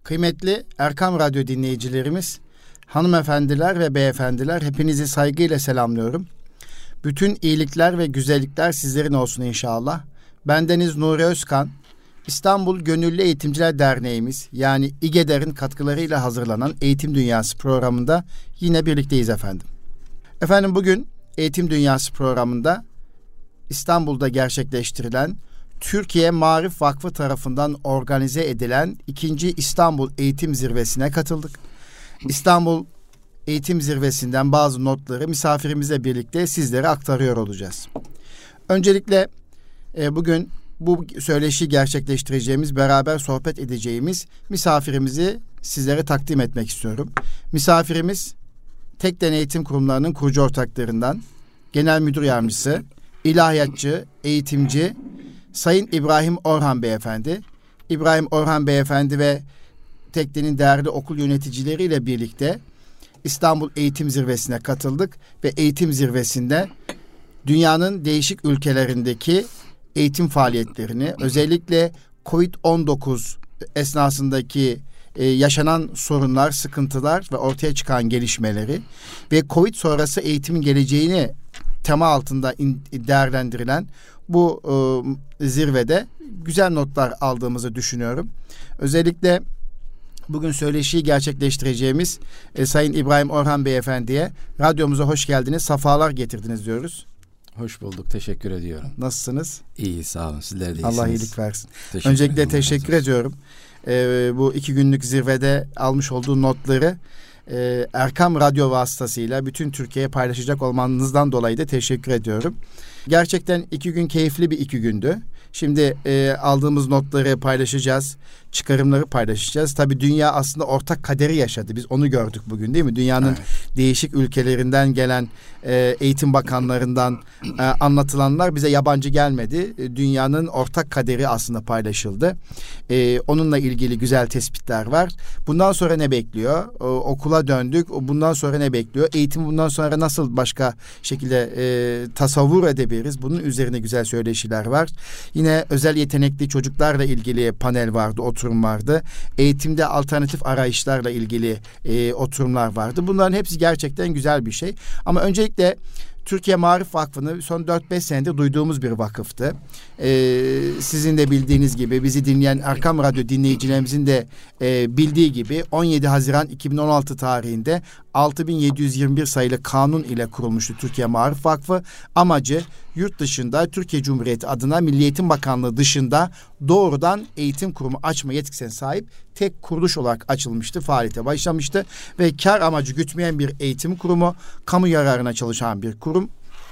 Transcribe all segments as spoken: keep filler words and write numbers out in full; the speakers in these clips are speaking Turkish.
Kıymetli Erkam Radyo dinleyicilerimiz, hanımefendiler ve beyefendiler, hepinizi saygıyla selamlıyorum. Bütün iyilikler ve güzellikler sizlerin olsun inşallah. Bendeniz Nuri Özkan, İstanbul Gönüllü Eğitimciler Derneğimiz yani İGEDER'in katkılarıyla hazırlanan Eğitim Dünyası programında yine birlikteyiz efendim. Efendim bugün Eğitim Dünyası programında İstanbul'da gerçekleştirilen Türkiye Maarif Vakfı tarafından organize edilen ikinci İstanbul Eğitim Zirvesi'ne katıldık. İstanbul Eğitim Zirvesi'nden bazı notları misafirimizle birlikte sizlere aktarıyor olacağız. Öncelikle e, bugün bu söyleşi gerçekleştireceğimiz, beraber sohbet edeceğimiz misafirimizi sizlere takdim etmek istiyorum. Misafirimiz Tekden Eğitim Kurumlarının kurucu ortaklarından Genel Müdür Yardımcısı, ilahiyatçı, eğitimci Sayın İbrahim Orhan Beyefendi. İbrahim Orhan Beyefendi ve Tekden'in değerli okul yöneticileriyle birlikte İstanbul Eğitim Zirvesi'ne katıldık ve Eğitim Zirvesi'nde dünyanın değişik ülkelerindeki eğitim faaliyetlerini, özellikle kovid on dokuz esnasındaki e, yaşanan sorunlar, sıkıntılar ve ortaya çıkan gelişmeleri ve Covid sonrası eğitimin geleceğini tema altında in, değerlendirilen bu e, zirvede güzel notlar aldığımızı düşünüyorum. Özellikle bugün söyleşiyi gerçekleştireceğimiz e, Sayın İbrahim Orhan Beyefendi'ye radyomuza hoş geldiniz, safalar getirdiniz diyoruz. Hoş bulduk, teşekkür ediyorum. Nasılsınız? İyi, sağ olun. Sizler de iyisiniz. Allah iyilik versin. Teşekkür Öncelikle ederim. teşekkür ediyorum. Ee, bu iki günlük zirvede almış olduğu notları e, Erkam Radyo vasıtasıyla bütün Türkiye'ye paylaşacak olmanızdan dolayı da teşekkür ediyorum. Gerçekten iki gün keyifli bir iki gündü. Şimdi e, aldığımız notları paylaşacağız, çıkarımları paylaşacağız. Tabii dünya aslında ortak kaderi yaşadı. Biz onu gördük bugün, değil mi? Dünyanın evet. değişik ülkelerinden gelen e, eğitim bakanlarından e, anlatılanlar bize yabancı gelmedi. E, dünyanın ortak kaderi aslında paylaşıldı. E, onunla ilgili güzel tespitler var. Bundan sonra ne bekliyor? O, okula döndük. Bundan sonra ne bekliyor? Eğitim bundan sonra nasıl başka şekilde e, tasavvur edebiliriz? Bunun üzerine güzel söyleşiler var. Yine özel yetenekli çocuklarla ilgili panel vardı, oturum vardı. Eğitimde alternatif arayışlarla ilgili e, oturumlar vardı. Bunların hepsi gerçekten güzel bir şey. Ama öncelikle Türkiye Maarif Vakfı'nı son dört beş senedir duyduğumuz bir vakıftı. Ee, sizin de bildiğiniz gibi, bizi dinleyen Erkam Radyo dinleyicilerimizin de e, bildiği gibi on yedi Haziran iki bin on altı tarihinde altı bin yedi yüz yirmi bir sayılı kanun ile kurulmuştu Türkiye Maarif Vakfı. Amacı yurt dışında Türkiye Cumhuriyeti adına Milli Eğitim Bakanlığı dışında doğrudan eğitim kurumu açma yetkisine sahip tek kuruluş olarak açılmıştı, faaliyete başlamıştı ve kar amacı gütmeyen bir eğitim kurumu, kamu yararına çalışan bir kurum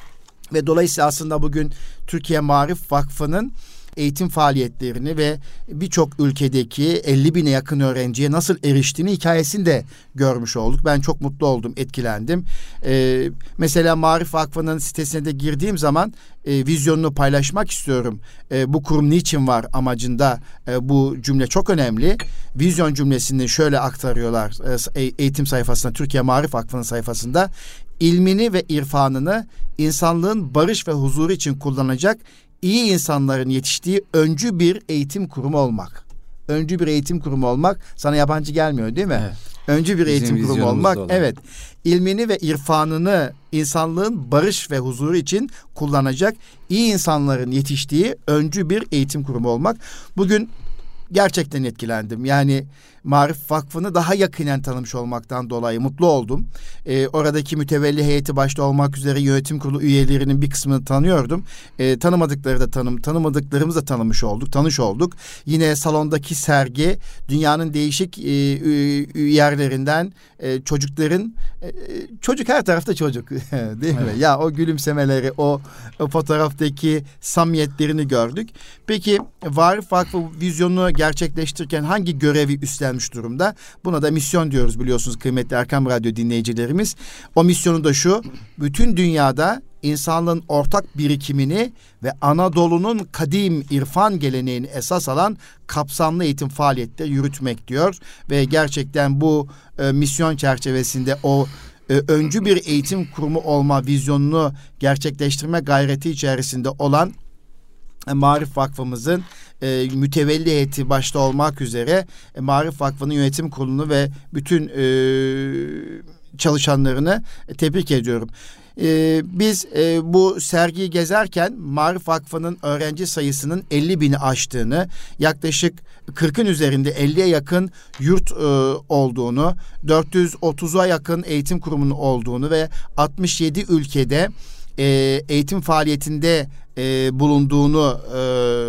ve dolayısıyla aslında bugün Türkiye Maarif Vakfı'nın eğitim faaliyetlerini ve birçok ülkedeki elli bine yakın öğrenciye nasıl eriştiğini hikayesini de görmüş olduk. Ben çok mutlu oldum, etkilendim. Ee, mesela Maarif Vakfı'nın sitesine de girdiğim zaman e, vizyonunu paylaşmak istiyorum. E, bu kurum niçin var amacında e, bu cümle çok önemli. Vizyon cümlesini şöyle aktarıyorlar e, eğitim sayfasında, Türkiye Maarif Vakfı'nın sayfasında. İlmini ve irfanını insanlığın barış ve huzuru için kullanacak iyi insanların yetiştiği öncü bir eğitim kurumu olmak. Öncü bir eğitim kurumu olmak sana yabancı gelmiyor, değil mi? Evet. Öncü bir Bizim eğitim kurumu olmak. olan. Evet. İlmini ve irfanını insanlığın barış ve huzuru için kullanacak iyi insanların yetiştiği öncü bir eğitim kurumu olmak. Bugün gerçekten etkilendim. Yani Maarif Vakfı'nı daha yakinen tanımış olmaktan dolayı mutlu oldum. Ee, oradaki mütevelli heyeti başta olmak üzere yönetim kurulu üyelerinin bir kısmını tanıyordum. Ee, tanımadıkları da tanım, tanımadıklarımızı da tanımış olduk, tanış olduk. Yine salondaki sergi dünyanın değişik e, yerlerinden e, çocukların e, çocuk her tarafta çocuk değil mi? Evet. Ya o gülümsemeleri, o, o fotoğraftaki samimiyetlerini gördük. Peki Maarif Vakfı vizyonunu gerçekleştirirken hangi görevi üstlenmiş durumda? Buna da misyon diyoruz, biliyorsunuz kıymetli Erkam Radyo dinleyicilerimiz. O misyonu da şu: bütün dünyada insanlığın ortak birikimini ve Anadolu'nun kadim irfan geleneğini esas alan kapsamlı eğitim faaliyetleri yürütmek diyor. Ve gerçekten bu e, misyon çerçevesinde o e, öncü bir eğitim kurumu olma vizyonunu gerçekleştirme gayreti içerisinde olan Maarif Vakfımızın e, mütevelli heyeti başta olmak üzere e, Maarif Vakfı'nın yönetim kurulunu ve bütün e, çalışanlarını e, tebrik ediyorum. Ee, biz e, bu sergiyi gezerken Maarif Vakfı'nın öğrenci sayısının elli bini aştığını, yaklaşık kırkın üzerinde elliye yakın yurt e, olduğunu, dört yüz otuza yakın eğitim kurumunun olduğunu ve altmış yedi ülkede e, eğitim faaliyetinde e, bulunduğunu e,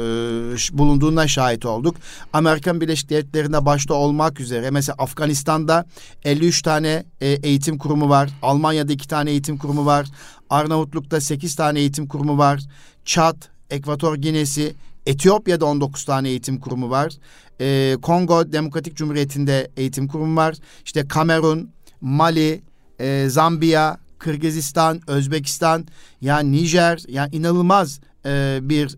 bulunduğuna şahit olduk. Amerika Birleşik Devletleri'nde başta olmak üzere mesela Afganistan'da elli üç tane e, eğitim kurumu var. Almanya'da iki tane eğitim kurumu var. Arnavutluk'ta sekiz tane eğitim kurumu var. Çad, Ekvator Ginesi, Etiyopya'da on dokuz tane eğitim kurumu var. E, Kongo Demokratik Cumhuriyeti'nde eğitim kurumu var. İşte Kamerun, Mali, e, Zambiya, Kırgızistan, Özbekistan, yani Nijer, yani inanılmaz e, bir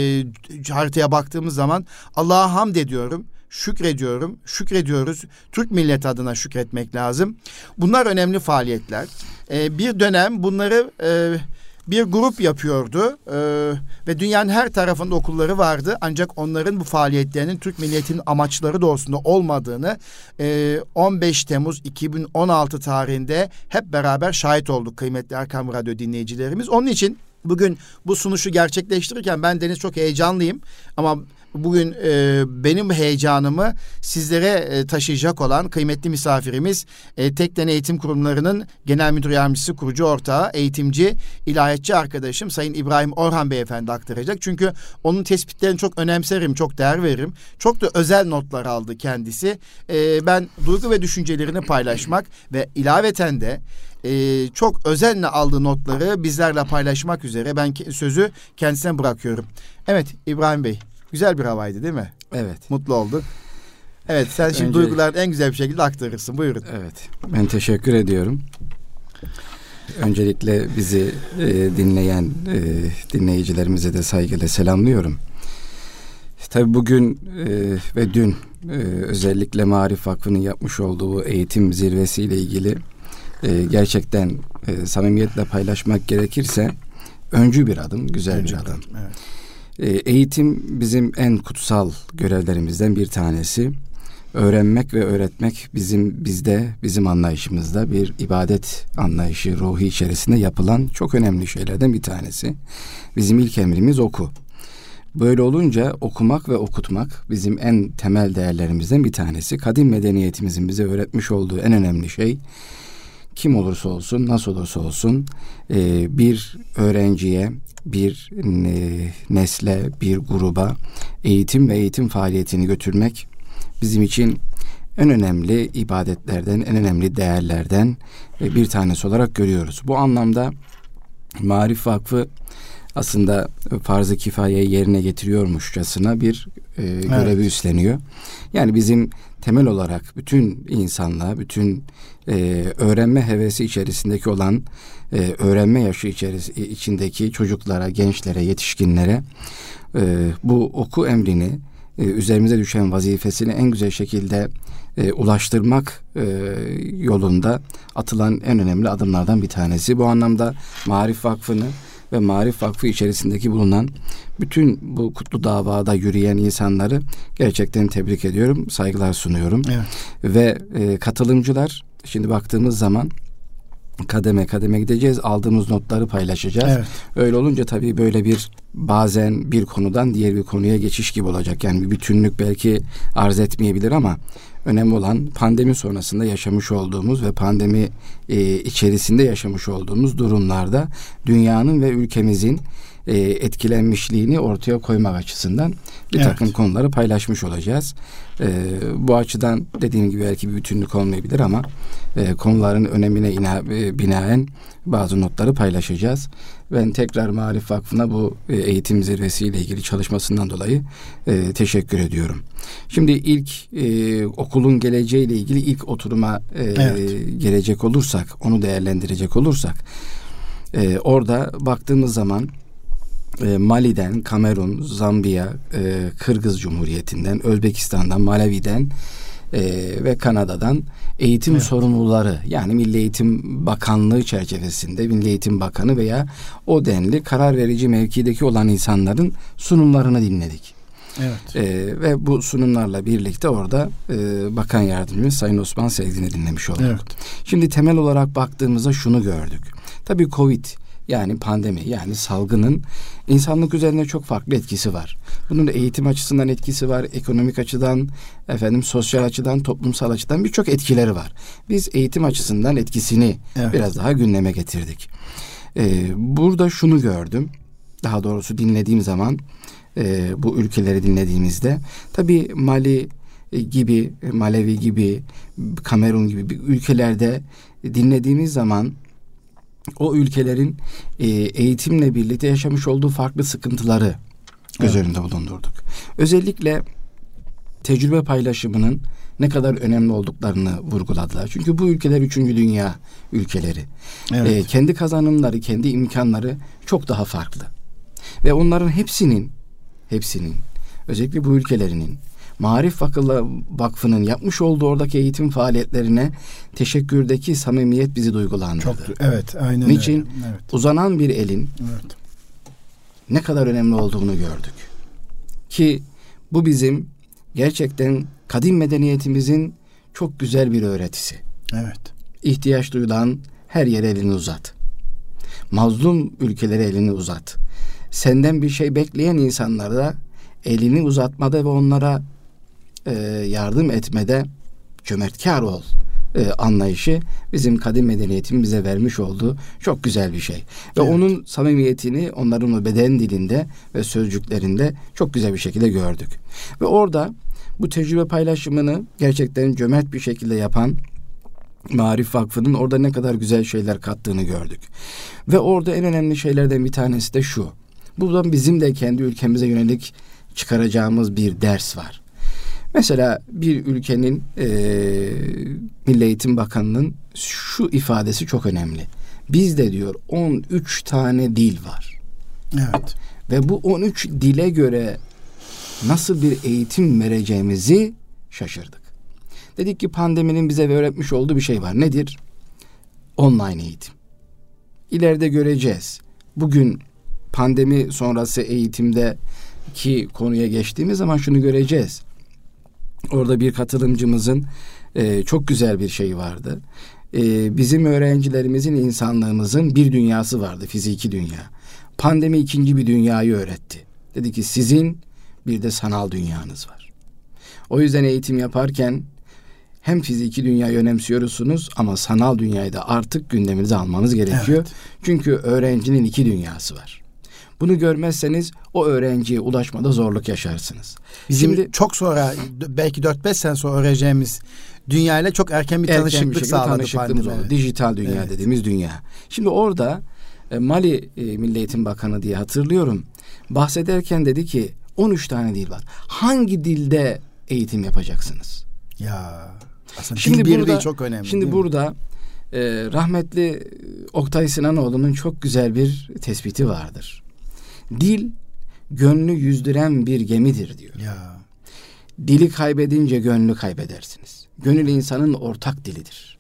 e, haritaya baktığımız zaman Allah'a hamd ediyorum, şükrediyorum, şükrediyoruz. Türk milleti adına şükretmek lazım. Bunlar önemli faaliyetler. E, bir dönem bunları e, bir grup yapıyordu e, ve dünyanın her tarafında okulları vardı. Ancak onların bu faaliyetlerinin Türk milletinin amaçları doğrultusunda olmadığını e, on beş Temmuz iki bin on altı tarihinde hep beraber şahit olduk kıymetli Erkam Radyo dinleyicilerimiz. Onun için bugün bu sunuşu gerçekleştirirken ben Deniz çok heyecanlıyım ama bugün e, benim heyecanımı sizlere e, taşıyacak olan kıymetli misafirimiz e, Tekden Eğitim Kurumları'nın Genel Müdür Yardımcısı, kurucu ortağı, eğitimci, ilahiyatçı arkadaşım Sayın İbrahim Orhan Beyefendi aktaracak. Çünkü onun tespitlerini çok önemserim, çok değer veririm. Çok da özel notlar aldı kendisi. E, ben duygu ve düşüncelerini paylaşmak ve ilaveten de Ee, çok özenle aldığı notları bizlerle paylaşmak üzere ben ke- sözü kendisine bırakıyorum. Evet İbrahim Bey, güzel bir havaydı değil mi? Evet. Mutlu olduk. Evet, sen şimdi Önce... duygularını en güzel bir şekilde aktarırsın. Buyurun. Evet, ben teşekkür ediyorum. Öncelikle bizi e, dinleyen e, dinleyicilerimize de saygıyla selamlıyorum. Tabii bugün e, ve dün e, özellikle Maarif Vakfı'nın yapmış olduğu bu eğitim zirvesiyle ilgili Ee, gerçekten e, samimiyetle paylaşmak gerekirse öncü bir adım, güzel öncü bir adım. adım. Evet. Ee, eğitim bizim en kutsal görevlerimizden bir tanesi. Öğrenmek ve öğretmek bizim bizde, bizim anlayışımızda bir ibadet anlayışı, ruhu içerisinde yapılan çok önemli şeylerden bir tanesi. Bizim ilk emrimiz oku. Böyle olunca okumak ve okutmak bizim en temel değerlerimizden bir tanesi. Kadim medeniyetimizin bize öğretmiş olduğu en önemli şey, kim olursa olsun, nasıl olursa olsun e, bir öğrenciye, bir e, nesle, bir gruba eğitim ve eğitim faaliyetini götürmek bizim için en önemli ibadetlerden, en önemli değerlerden e, bir tanesi olarak görüyoruz. Bu anlamda Maarif Vakfı aslında farz-ı kifayeyi yerine getiriyormuşçasına bir e, görevi evet. üstleniyor. Yani bizim temel olarak bütün insanlığa, bütün e, öğrenme hevesi içerisindeki olan, e, öğrenme yaşı içeris- içindeki çocuklara, gençlere, yetişkinlere e, bu oku emrini, e, üzerimize düşen vazifesini en güzel şekilde e, ulaştırmak e, yolunda atılan en önemli adımlardan bir tanesi. Bu anlamda Maarif Vakfı'nı ve Maarif Vakfı içerisindeki bulunan bütün bu kutlu davada yürüyen insanları gerçekten tebrik ediyorum, saygılar sunuyorum. Evet. Ve e, katılımcılar, şimdi baktığımız zaman kademe kademe gideceğiz, aldığımız notları paylaşacağız. Evet. Öyle olunca tabii böyle bir bazen bir konudan diğer bir konuya geçiş gibi olacak. Yani bir bütünlük belki arz etmeyebilir ama önemli olan pandemi sonrasında yaşamış olduğumuz ve pandemi e, içerisinde yaşamış olduğumuz durumlarda dünyanın ve ülkemizin e, etkilenmişliğini ortaya koymak açısından bir evet. takım konuları paylaşmış olacağız. E, bu açıdan dediğim gibi belki bir bütünlük olmayabilir ama e, konuların önemine ina, e, binaen bazı notları paylaşacağız. Ben tekrar Maarif Vakfı'na bu e, eğitim zirvesiyle ilgili çalışmasından dolayı e, teşekkür ediyorum. Şimdi ilk e, okulun geleceğiyle ilgili ilk oturuma e, evet. gelecek olursak, onu değerlendirecek olursak, e, orada baktığımız zaman e, Mali'den, Kamerun, Zambiya, e, Kırgız Cumhuriyeti'nden, Özbekistan'dan, Malavi'den e, ve Kanada'dan eğitim evet. sorumluları, yani Milli Eğitim Bakanlığı çerçevesinde Milli Eğitim Bakanı veya o denli karar verici mevkideki olan insanların sunumlarını dinledik. Evet. E, ve bu sunumlarla birlikte orada e, Bakan Yardımcımız Sayın Osman Sevgin'i dinlemiş olduk. Evet. Şimdi temel olarak baktığımızda şunu gördük. Tabii Covid, yani pandemi, yani salgının insanlık üzerinde çok farklı etkisi var. Bunun eğitim açısından etkisi var, ekonomik açıdan, efendim sosyal açıdan, toplumsal açıdan birçok etkileri var. Biz eğitim açısından etkisini evet. biraz daha gündeme getirdik. Ee, burada şunu gördüm, daha doğrusu dinlediğim zaman, e, bu ülkeleri dinlediğimizde, tabii Mali gibi, Malevi gibi, Kamerun gibi ülkelerde dinlediğimiz zaman o ülkelerin e, eğitimle birlikte yaşamış olduğu farklı sıkıntıları göz evet. önünde bulundurduk. Özellikle tecrübe paylaşımının ne kadar önemli olduklarını vurguladılar. Çünkü bu ülkeler üçüncü dünya ülkeleri. Evet. E, kendi kazanımları, kendi imkanları çok daha farklı. Ve onların hepsinin, hepsinin, özellikle bu ülkelerinin Maarif Vakfı'nın yapmış olduğu oradaki eğitim faaliyetlerine teşekkürdeki samimiyet bizi duygulandırdı. Çok, evet, aynen Niçin? öyle. Evet. Uzanan bir elin evet. ne kadar önemli olduğunu gördük. Ki bu bizim gerçekten kadim medeniyetimizin çok güzel bir öğretisi. Evet. İhtiyaç duyulan her yere elini uzat. Mazlum ülkelere elini uzat. Senden bir şey bekleyen insanlara elini uzatmada ve onlara e, yardım etmede cömertkar ol e, anlayışı bizim kadim medeniyetin bize vermiş olduğu çok güzel bir şey. Ve evet. onun samimiyetini onların o beden dilinde ve sözcüklerinde çok güzel bir şekilde gördük. Ve orada bu tecrübe paylaşımını gerçekten cömert bir şekilde yapan Maarif Vakfı'nın orada ne kadar güzel şeyler kattığını gördük. Ve orada en önemli şeylerden bir tanesi de şu. Buradan bizim de kendi ülkemize yönelik çıkaracağımız bir ders var. Mesela bir ülkenin e, Milli Eğitim Bakanı'nın şu ifadesi çok önemli. Bizde diyor on üç tane dil var. Evet. Ve bu on üç dile göre nasıl bir eğitim vereceğimizi şaşırdık. Dedik ki pandeminin bize öğretmiş olduğu bir şey var. Nedir? Online eğitim. İleride göreceğiz. Bugün pandemi sonrası eğitimdeki konuya geçtiğimiz zaman şunu göreceğiz. Orada bir katılımcımızın e, çok güzel bir şeyi vardı. E, bizim öğrencilerimizin, insanlığımızın bir dünyası vardı, fiziki dünya. Pandemi ikinci bir dünyayı öğretti. Dedi ki sizin bir de sanal dünyanız var. O yüzden eğitim yaparken hem fiziki dünyayı önemsiyorsunuz ama sanal dünyayı da artık gündeminize almanız gerekiyor. Evet. Çünkü öğrencinin iki dünyası var. Bunu görmezseniz o öğrenciye ulaşmada zorluk yaşarsınız. Bizim Şimdi çok sonra, belki dört beş sene sonra öğreneceğimiz dünyayla çok erken bir tanışıklık bir sağladı. Tanışıklığımız oldu. Evet. Dijital dünya evet. dediğimiz dünya. Şimdi orada e, Mali e, Milli Eğitim Bakanı diye hatırlıyorum. Bahsederken dedi ki on üç tane dil var. Hangi dilde eğitim yapacaksınız? Ya aslında şimdi dil burada, çok önemli. Şimdi burada e, rahmetli Oktay Sinanoğlu'nun çok güzel bir tespiti vardır. Dil gönlü yüzdüren bir gemidir diyor. Ya. Dili kaybedince gönlü kaybedersiniz. Gönül insanın ortak dilidir.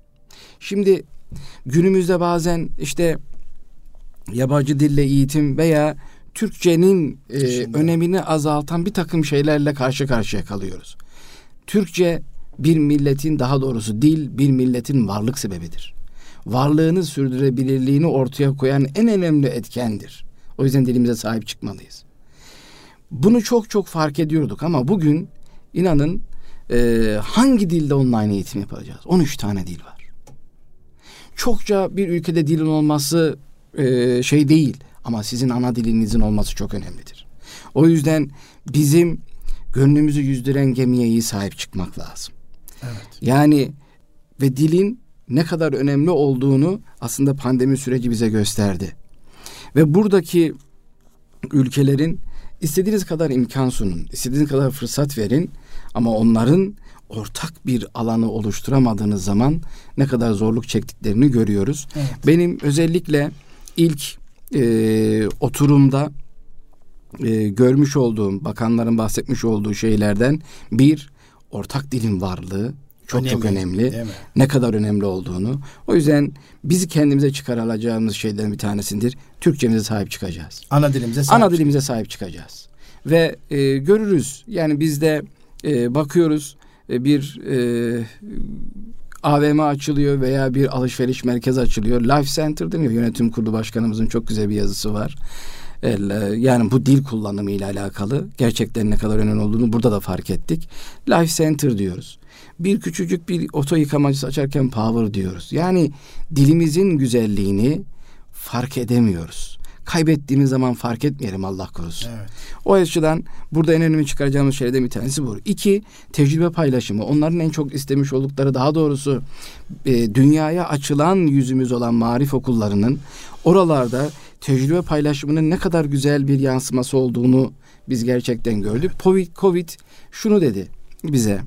Şimdi günümüzde bazen işte yabancı dille eğitim veya Türkçenin e, önemini azaltan bir takım şeylerle karşı karşıya kalıyoruz. Türkçe bir milletin, daha doğrusu dil bir milletin varlık sebebidir. Varlığını, sürdürebilirliğini ortaya koyan en önemli etkendir. O yüzden dilimize sahip çıkmalıyız. Bunu çok çok fark ediyorduk ama bugün inanın e, hangi dilde online eğitim yapacağız? on üç tane dil var. Çokça bir ülkede dilin olması e, şey değil ama sizin ana dilinizin olması çok önemlidir. O yüzden bizim gönlümüzü yüzdüren gemiye iyi sahip çıkmak lazım. Evet. Yani ve dilin ne kadar önemli olduğunu aslında pandemi süreci bize gösterdi. Ve buradaki ülkelerin istediğiniz kadar imkan sunun, istediğiniz kadar fırsat verin ama onların ortak bir alanı oluşturamadığınız zaman ne kadar zorluk çektiklerini görüyoruz. Evet. Benim özellikle ilk e, oturumda e, görmüş olduğum, bakanların bahsetmiş olduğu şeylerden bir, ortak dilin varlığı. Çok önemli, çok önemli. Ne kadar önemli olduğunu. O yüzden bizi kendimize çıkarılacağımız şeylerin bir tanesidir. Türkçemize sahip çıkacağız. Ana dilimize sahip, Ana dilimize sahip çıkacağız. Ve e, görürüz yani biz de e, bakıyoruz e, bir e, A V M açılıyor veya bir alışveriş merkezi açılıyor. Life Center deniyor. Yönetim kurulu başkanımızın çok güzel bir yazısı var. Yani bu dil kullanımı ile alakalı gerçekten ne kadar önemli olduğunu burada da fark ettik. Life Center diyoruz. Bir küçücük bir oto yıkamacısı açarken power diyoruz. Yani dilimizin güzelliğini fark edemiyoruz. Kaybettiğimiz zaman fark etmeyelim Allah korusun. Evet. O açıdan burada en önemli çıkaracağımız şeylerden bir tanesi bu. İki, tecrübe paylaşımı. Onların en çok istemiş oldukları, daha doğrusu e, dünyaya açılan yüzümüz olan marif okullarının oralarda tecrübe paylaşımının ne kadar güzel bir yansıması olduğunu biz gerçekten gördük. Covid, Covid şunu dedi bize.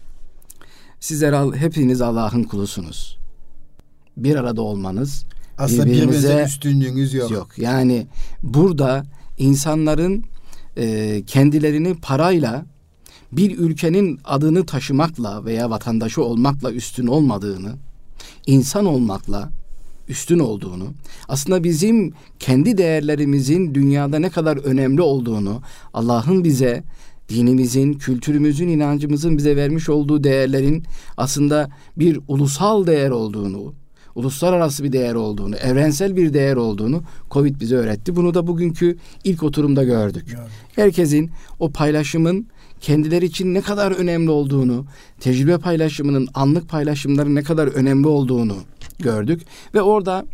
Sizler hepiniz Allah'ın kulusunuz. Bir arada olmanız, aslında birbirinize üstünlüğünüz yok. Yok. Yani burada insanların e, kendilerini parayla bir ülkenin adını taşımakla veya vatandaşı olmakla üstün olmadığını, insan olmakla üstün olduğunu, aslında bizim kendi değerlerimizin dünyada ne kadar önemli olduğunu, Allah'ın bize, dinimizin, kültürümüzün, inancımızın bize vermiş olduğu değerlerin aslında bir ulusal değer olduğunu, uluslararası bir değer olduğunu, evrensel bir değer olduğunu Covid bize öğretti. Bunu da bugünkü ilk oturumda gördük. Yani. Herkesin o paylaşımın kendileri için ne kadar önemli olduğunu, tecrübe paylaşımının, anlık paylaşımların ne kadar önemli olduğunu gördük. Ve orada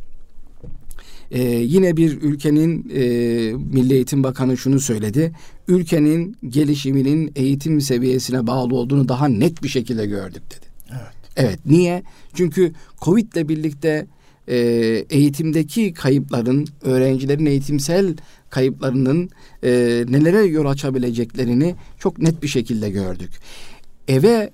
e, yine bir ülkenin e, Milli Eğitim Bakanı şunu söyledi. Ülkenin gelişiminin eğitim seviyesine bağlı olduğunu daha net bir şekilde gördük dedi. Evet. Evet. Niye? Çünkü Covid ile birlikte e, eğitimdeki kayıpların, öğrencilerin eğitimsel kayıplarının e, nelere yol açabileceklerini çok net bir şekilde gördük. Eve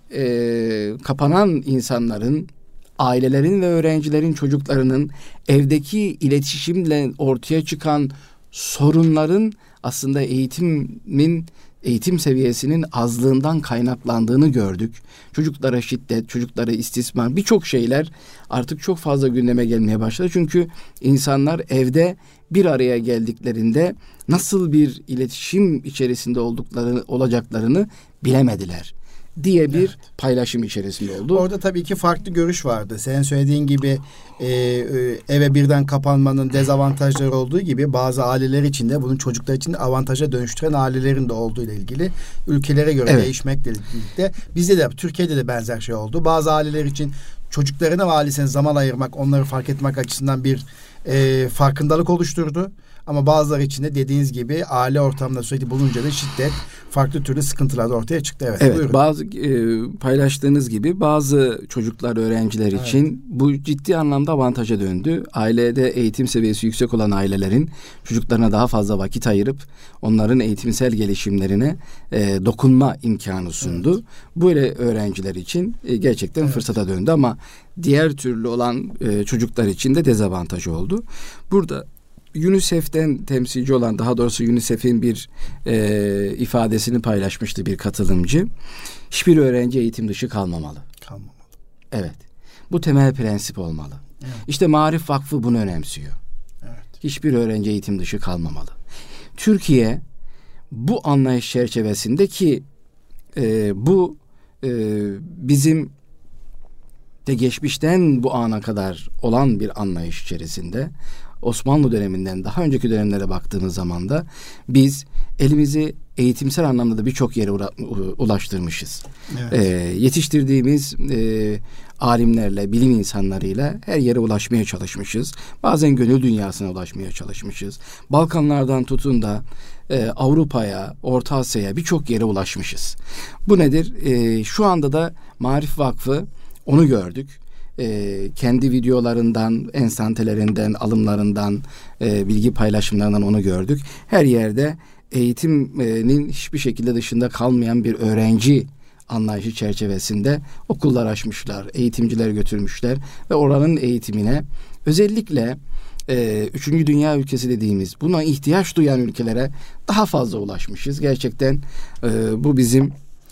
e, kapanan insanların, ailelerin ve öğrencilerin, çocuklarının evdeki iletişimle ortaya çıkan sorunların aslında eğitimin eğitim seviyesinin azlığından kaynaklandığını gördük. Çocuklara şiddet, çocuklara istismar, birçok şeyler artık çok fazla gündeme gelmeye başladı. Çünkü insanlar evde bir araya geldiklerinde nasıl bir iletişim içerisinde olduklarını, olacaklarını bilemediler diye bir evet. paylaşım içerisinde oldu. Orada tabii ki farklı görüş vardı. Senin söylediğin gibi e, e, eve birden kapanmanın dezavantajları olduğu gibi bazı aileler için de bunun çocuklar için de avantaja dönüştüren ailelerin de olduğu ile ilgili ülkelere göre evet. değişmekle birlikte bizde de Türkiye'de de benzer şey oldu. Bazı aileler için çocuklarına ve ailesine zaman ayırmak, onları fark etmek açısından bir e, farkındalık oluşturdu. Ama bazıları için de dediğiniz gibi aile ortamında sürekli bulunca da şiddet, farklı türlü sıkıntılar da ortaya çıktı. Evet, evet bazı e, paylaştığınız gibi bazı çocuklar, öğrenciler evet. için bu ciddi anlamda avantaja döndü. Ailede eğitim seviyesi yüksek olan ailelerin çocuklarına daha fazla vakit ayırıp onların eğitimsel gelişimlerine e, dokunma imkanı sundu. Evet. Böyle öğrenciler için e, gerçekten evet. fırsata döndü ama diğer türlü olan e, çocuklar için de dezavantaj oldu. Burada UNICEF'ten temsilci olan, daha doğrusu UNICEF'in bir e, ifadesini paylaşmıştı bir katılımcı. Hiçbir öğrenci eğitim dışı kalmamalı. Kalmamalı. Evet. Bu temel prensip olmalı. Evet. İşte Marif Vakfı bunu önemsiyor. Evet. Hiçbir öğrenci eğitim dışı kalmamalı. Türkiye bu anlayış çerçevesinde ki e, bu e, bizim de geçmişten bu ana kadar olan bir anlayış içerisinde, Osmanlı döneminden daha önceki dönemlere baktığımız zaman da biz elimizi eğitimsel anlamda da birçok yere ulaştırmışız. Evet. Ee, yetiştirdiğimiz e, alimlerle, bilim insanlarıyla her yere ulaşmaya çalışmışız. Bazen gönül dünyasına ulaşmaya çalışmışız. Balkanlardan tutun da e, Avrupa'ya, Orta Asya'ya birçok yere ulaşmışız. Bu nedir? E, şu anda da Marif Vakfı onu gördük. E, kendi videolarından, enstantelerinden, alımlarından, e, bilgi paylaşımlarından onu gördük. Her yerde eğitimin hiçbir şekilde dışında kalmayan bir öğrenci anlayışı çerçevesinde okullar açmışlar, eğitimciler götürmüşler ve oranın eğitimine özellikle e, üçüncü dünya ülkesi dediğimiz, buna ihtiyaç duyan ülkelere daha fazla ulaşmışız. Gerçekten e, bu bizim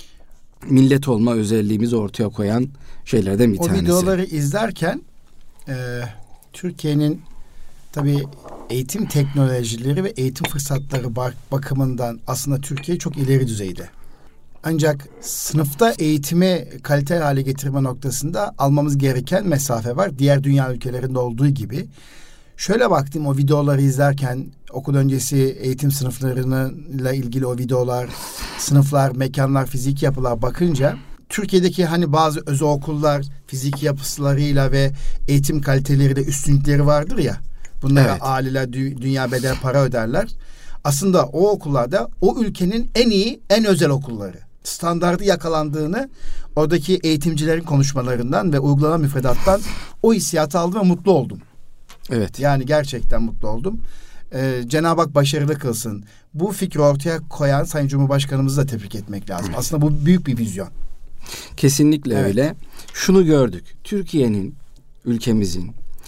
millet olma özelliğimizi ortaya koyan şeylerden bir o tanesi. O videoları izlerken e, Türkiye'nin tabii eğitim teknolojileri ve eğitim fırsatları bakımından aslında Türkiye çok ileri düzeyde. Ancak sınıfta eğitimi kaliteli hale getirme noktasında almamız gereken mesafe var. Diğer dünya ülkelerinde olduğu gibi. Şöyle baktım o videoları izlerken, okul öncesi eğitim sınıflarıyla ilgili o videolar, sınıflar, mekanlar, fiziki yapılar bakınca Türkiye'deki hani bazı özel okullar fiziki yapılarıyla ve eğitim kaliteleriyle üstünlükleri vardır ya. Bunlara evet. Aileler dü- dünya bedel para öderler. Aslında o okullarda o ülkenin en iyi, en özel okulları. Standardı yakalandığını oradaki eğitimcilerin konuşmalarından ve uygulanan müfredattan o hissiyatı aldım ve mutlu oldum. Evet. Yani gerçekten mutlu oldum. Ee, Cenab-ı Hak başarılı kılsın. Bu fikri ortaya koyan Sayın Cumhurbaşkanımızı da tebrik etmek lazım. Evet. Aslında bu büyük bir vizyon. Kesinlikle evet. öyle. Şunu gördük. Türkiye'nin, ülkemizin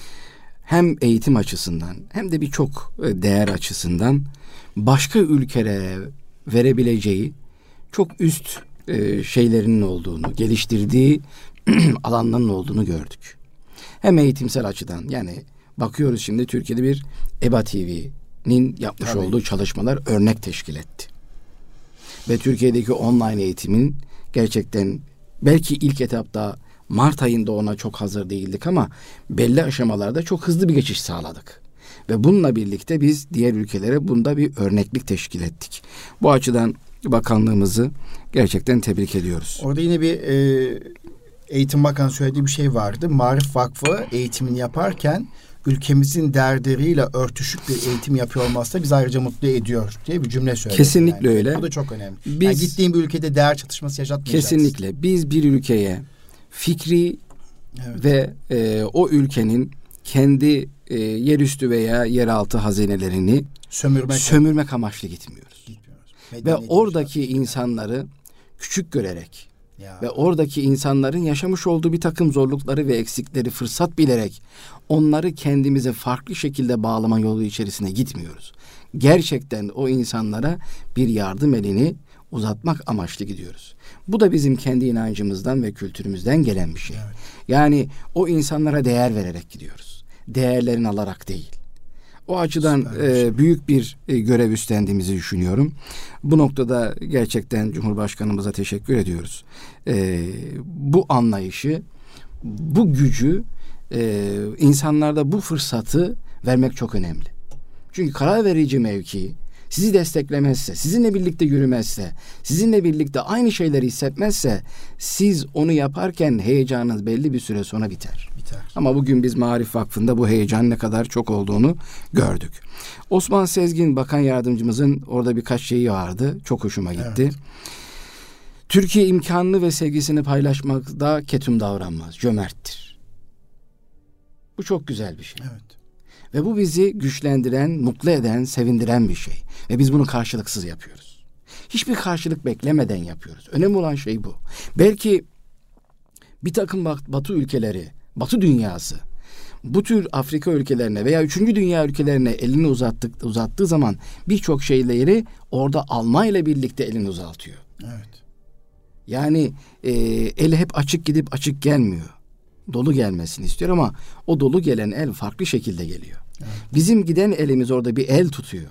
hem eğitim açısından hem de birçok değer açısından başka ülkelere verebileceği çok üst e, şeylerinin olduğunu, geliştirdiği alanların olduğunu gördük. Hem eğitimsel açıdan, yani bakıyoruz şimdi Türkiye'de bir EBA T V'nin yapmış Tabii. olduğu çalışmalar örnek teşkil etti. Ve Türkiye'deki online eğitimin gerçekten belki ilk etapta Mart ayında ona çok hazır değildik ama belli aşamalarda çok hızlı bir geçiş sağladık. Ve bununla birlikte biz diğer ülkelere bunda bir örneklik teşkil ettik. Bu açıdan bakanlığımızı gerçekten tebrik ediyoruz. Orada yine bir e, Eğitim Bakanı söylediği bir şey vardı. Marif Vakfı eğitimini yaparken ülkemizin dertleriyle örtüşük bir eğitim yapıyor olması da bizi ayrıca mutlu ediyor diye bir cümle söyledi. Kesinlikle yani. öyle. Bu da çok önemli. Biz, yani gittiğim bir ülkede değer çatışması yaşatmayacağız. Kesinlikle. Biz bir ülkeye fikri evet. ve e, o ülkenin kendi e, yerüstü veya yeraltı hazinelerini sömürmek, sömürmek amaçlı gitmiyoruz. Gitmiyoruz. Ve oradaki insanları küçük görerek ya. ve oradaki insanların yaşamış olduğu bir takım zorlukları ve eksikleri fırsat bilerek onları kendimize farklı şekilde bağlama yolu içerisine gitmiyoruz. Gerçekten o insanlara bir yardım elini uzatmak amaçlı gidiyoruz. Bu da bizim kendi inancımızdan ve kültürümüzden gelen bir şey. Evet. Yani o insanlara değer vererek gidiyoruz. Değerlerini alarak değil. O açıdan e, büyük bir e, görev üstlendiğimizi düşünüyorum. Bu noktada gerçekten Cumhurbaşkanımıza teşekkür ediyoruz. E, bu anlayışı, bu gücü, e, insanlarda bu fırsatı vermek çok önemli. Çünkü karar verici mevki sizi desteklemezse, sizinle birlikte yürümezse, sizinle birlikte aynı şeyleri hissetmezse, siz onu yaparken heyecanınız belli bir süre sonra biter. Biter. Ama bugün biz Marif Vakfı'nda bu heyecan ne kadar çok olduğunu gördük. Osman Sezgin Bakan Yardımcımızın orada birkaç şeyi vardı. Çok hoşuma gitti. Evet. Türkiye imkanını ve sevgisini paylaşmakta ketum davranmaz, cömerttir. Bu çok güzel bir şey. Evet. Ve bu bizi güçlendiren, mutlu eden, sevindiren bir şey. Ve biz bunu karşılıksız yapıyoruz. Hiçbir karşılık beklemeden yapıyoruz. Önemli olan şey bu. Belki bir takım Batı ülkeleri, Batı dünyası bu tür Afrika ülkelerine veya üçüncü dünya ülkelerine elini uzattık, uzattığı zaman birçok şeyleri orada almayla birlikte elini uzatıyor. Evet. Yani e, eli hep açık gidip açık gelmiyor. Dolu gelmesini istiyor ama o dolu gelen el farklı şekilde geliyor. Evet. Bizim giden elimiz orada bir el tutuyor.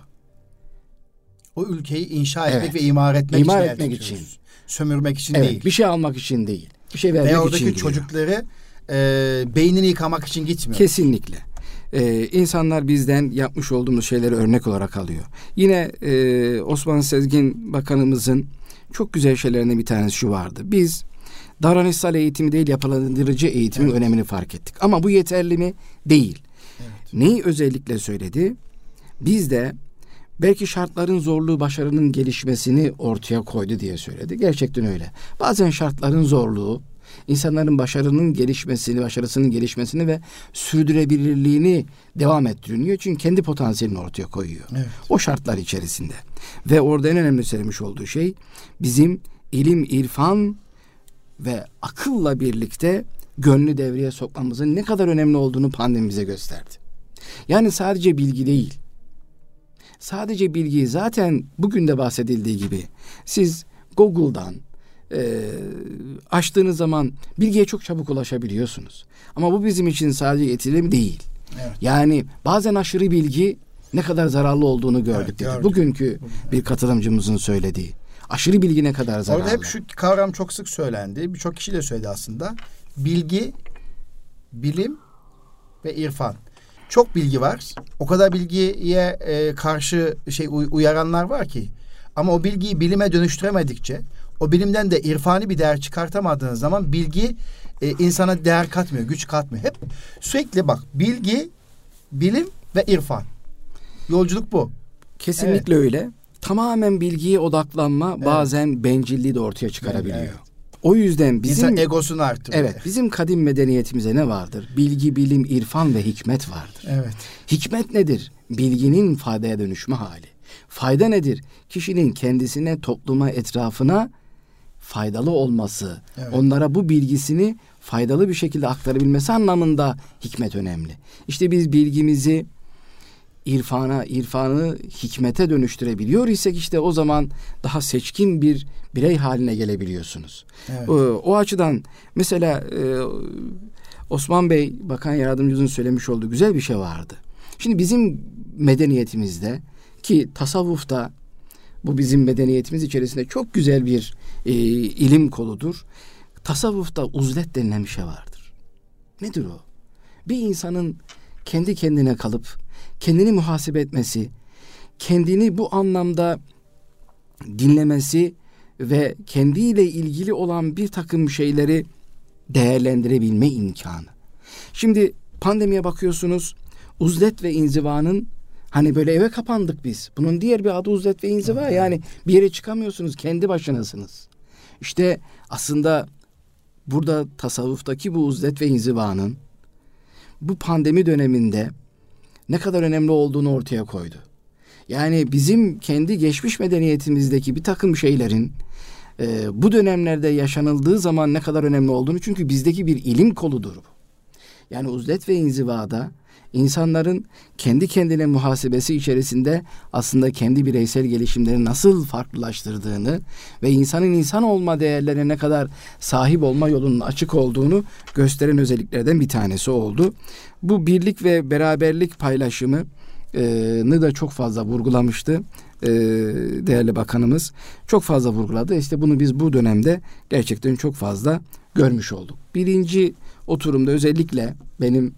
O ülkeyi inşa etmek evet. ve imar etmek imar için. etmek için. Sömürmek için evet, değil. Bir şey almak için değil. Bir şey vermek ve için oradaki gidiyor. çocukları e, beynini yıkamak için gitmiyor. Kesinlikle. Ee, insanlar bizden yapmış olduğumuz şeyleri örnek olarak alıyor. Yine e, Osman Sezgin Bakanımızın çok güzel şeylerinden bir tanesi şu vardı. Biz davranışsal eğitimi değil, yapılandırıcı eğitimin evet. önemini fark ettik. Ama bu yeterli mi? Değil. Evet. Neyi özellikle söyledi? Biz de belki şartların zorluğu başarının gelişmesini ortaya koydu diye söyledi. Gerçekten öyle. Bazen şartların zorluğu insanların başarının gelişmesini, başarısının gelişmesini ve sürdürebilirliğini devam ettiriyor. Çünkü kendi potansiyelini ortaya koyuyor. Evet. O şartlar içerisinde. Ve orada en önemli söylemiş olduğu şey bizim ilim, irfan ve akılla birlikte gönlü devreye sokmamızın ne kadar önemli olduğunu pandemi bize gösterdi. Yani sadece bilgi değil. Sadece bilgi zaten bugün de bahsedildiği gibi siz Google'dan e, açtığınız zaman bilgiye çok çabuk ulaşabiliyorsunuz. Ama bu bizim için sadece yeterli değil. Evet. Yani bazen aşırı bilgi ne kadar zararlı olduğunu gördük Evet, dedi. gördük. Bugünkü bir katılımcımızın söylediği. Aşırı bilgi ne kadar zararlı. Orada hep şu kavram çok sık söylendi. Birçok kişi de söyledi aslında. Bilgi, bilim ve irfan. Çok bilgi var. O kadar bilgiye e, karşı şey uy- uyaranlar var ki. Ama o bilgiyi bilime dönüştüremedikçe, o bilimden de irfani bir değer çıkartamadığınız zaman bilgi e, insana değer katmıyor, güç katmıyor. Hep sürekli bak, bilgi, bilim ve irfan. Yolculuk bu. Kesinlikle evet. öyle. Tamamen bilgiye odaklanma evet. bazen bencilliği de ortaya çıkarabiliyor. Evet, evet. O yüzden bizim İnsan egosunu artırıyor. Evet, bizim kadim medeniyetimize ne vardır? Bilgi, bilim, irfan ve hikmet vardır. Evet. Hikmet nedir? Bilginin faydaya dönüşme hali. Fayda nedir? Kişinin kendisine, topluma, etrafına faydalı olması, evet. onlara bu bilgisini faydalı bir şekilde aktarabilmesi anlamında hikmet önemli. İşte biz bilgimizi irfana, irfanı hikmete dönüştürebiliyor isek işte o zaman daha seçkin bir birey haline gelebiliyorsunuz. Evet. O, o açıdan mesela e, Osman Bey Bakan Yardımcımızın söylemiş olduğu güzel bir şey vardı. Şimdi bizim medeniyetimizde ki tasavvufta bu bizim medeniyetimiz içerisinde çok güzel bir e, ilim koludur. Tasavvufta uzlet denilen bir şey vardır. Nedir o? Bir insanın kendi kendine kalıp kendini muhasebe etmesi, kendini bu anlamda dinlemesi ve kendiyle ilgili olan bir takım şeyleri değerlendirebilme imkanı. Şimdi pandemiye bakıyorsunuz, uzlet ve inzivanın hani böyle eve kapandık biz. Bunun diğer bir adı uzlet ve inziva. Yani bir yere çıkamıyorsunuz, kendi başınasınız. İşte aslında burada tasavvuftaki bu uzlet ve inzivanın bu pandemi döneminde ne kadar önemli olduğunu ortaya koydu. Yani bizim kendi geçmiş medeniyetimizdeki bir takım şeylerin e, bu dönemlerde yaşanıldığı zaman ne kadar önemli olduğunu, çünkü bizdeki bir ilim koludur bu. Yani uzlet ve inzivada insanların kendi kendine muhasebesi içerisinde aslında kendi bireysel gelişimlerini nasıl farklılaştırdığını ve insanın insan olma değerlerine ne kadar sahip olma yolunun açık olduğunu gösteren özelliklerden bir tanesi oldu. Bu birlik ve beraberlik paylaşımını da çok fazla vurgulamıştı değerli bakanımız. Çok fazla vurguladı. İşte bunu biz bu dönemde gerçekten çok fazla görmüş olduk. Birinci oturumda özellikle benim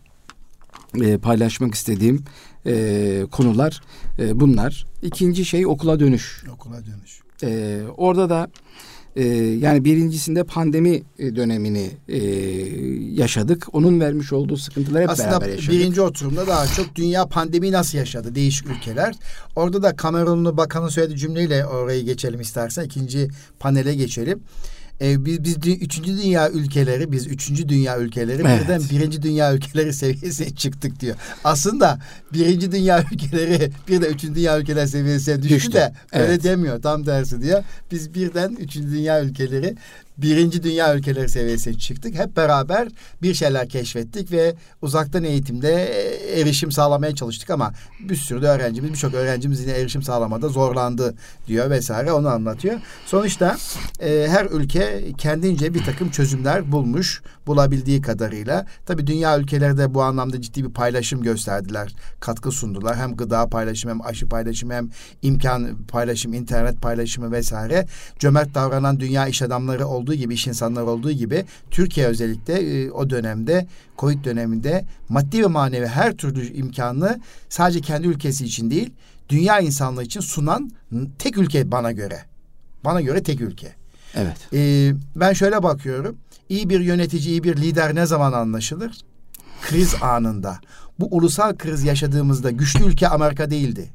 E, paylaşmak istediğim e, konular e, bunlar. İkinci şey okula dönüş. Okula dönüş. E, orada da e, yani birincisinde pandemi dönemini e, yaşadık. Onun vermiş olduğu sıkıntıları hep aslında beraber yaşadık. Aslında birinci oturumda daha çok dünya pandemiyi nasıl yaşadı değişik ülkeler. Orada da Kamerunlu bakanın söylediği cümleyle orayı geçelim istersen. İkinci panele geçelim. Ee, biz biz dü- üçüncü dünya ülkeleri, biz üçüncü dünya ülkeleri evet. birden birinci dünya ülkeleri seviyesine çıktık diyor. Aslında birinci dünya ülkeleri bir de üçüncü dünya ülkeler seviyesine düştü, düştü. de öyle evet. demiyor. Tam tersi diyor. Biz birden üçüncü dünya ülkeleri birinci dünya ülkeleri seviyesine çıktık. Hep beraber bir şeyler keşfettik ve uzaktan eğitimde erişim sağlamaya çalıştık ama bir sürü de öğrencimiz, birçok öğrencimiz yine erişim sağlamada zorlandı diyor vesaire, onu anlatıyor. Sonuçta e, her ülke kendince bir takım çözümler bulmuş, bulabildiği kadarıyla. Tabii dünya ülkeleri de bu anlamda ciddi bir paylaşım gösterdiler, katkı sundular. Hem gıda paylaşımı, hem aşı paylaşımı, hem imkan paylaşımı, internet paylaşımı vesaire. Cömert davranan dünya iş adamları olduğu gibi, iş insanları olduğu gibi Türkiye özellikle e, o dönemde, Covid döneminde maddi ve manevi her türlü imkanı sadece kendi ülkesi için değil, dünya insanlığı için sunan tek ülke bana göre. Bana göre tek ülke. Evet. Ee, ben şöyle bakıyorum. İyi bir yönetici, iyi bir lider ne zaman anlaşılır? Kriz anında. Bu ulusal kriz yaşadığımızda güçlü ülke Amerika değildi.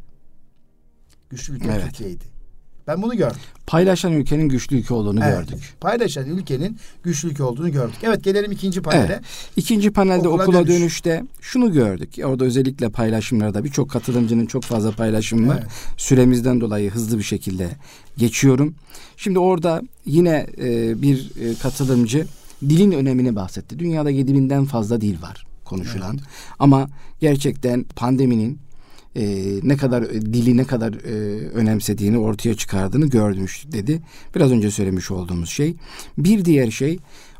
Güçlü ülke evet. Türkiye'ydi. Ben bunu gördüm. Paylaşan ülkenin güçlü ülke olduğunu evet. gördük. Paylaşan ülkenin güçlü ülke olduğunu gördük. Evet, gelelim ikinci panele. Evet. İkinci panelde okula, okula dönüş. dönüşte şunu gördük. Orada özellikle paylaşımlarda birçok katılımcının çok fazla paylaşımı var. Evet. Süremizden dolayı hızlı bir şekilde geçiyorum. Şimdi orada yine e, bir e, katılımcı dilin önemini bahsetti. Dünyada yedi binden fazla dil var konuşulan. Evet. Ama gerçekten pandeminin Ee, ne kadar dili ne kadar e, önemsediğini ortaya çıkardığını gördümüş dedi. Biraz önce söylemiş olduğumuz şey. Bir diğer şey,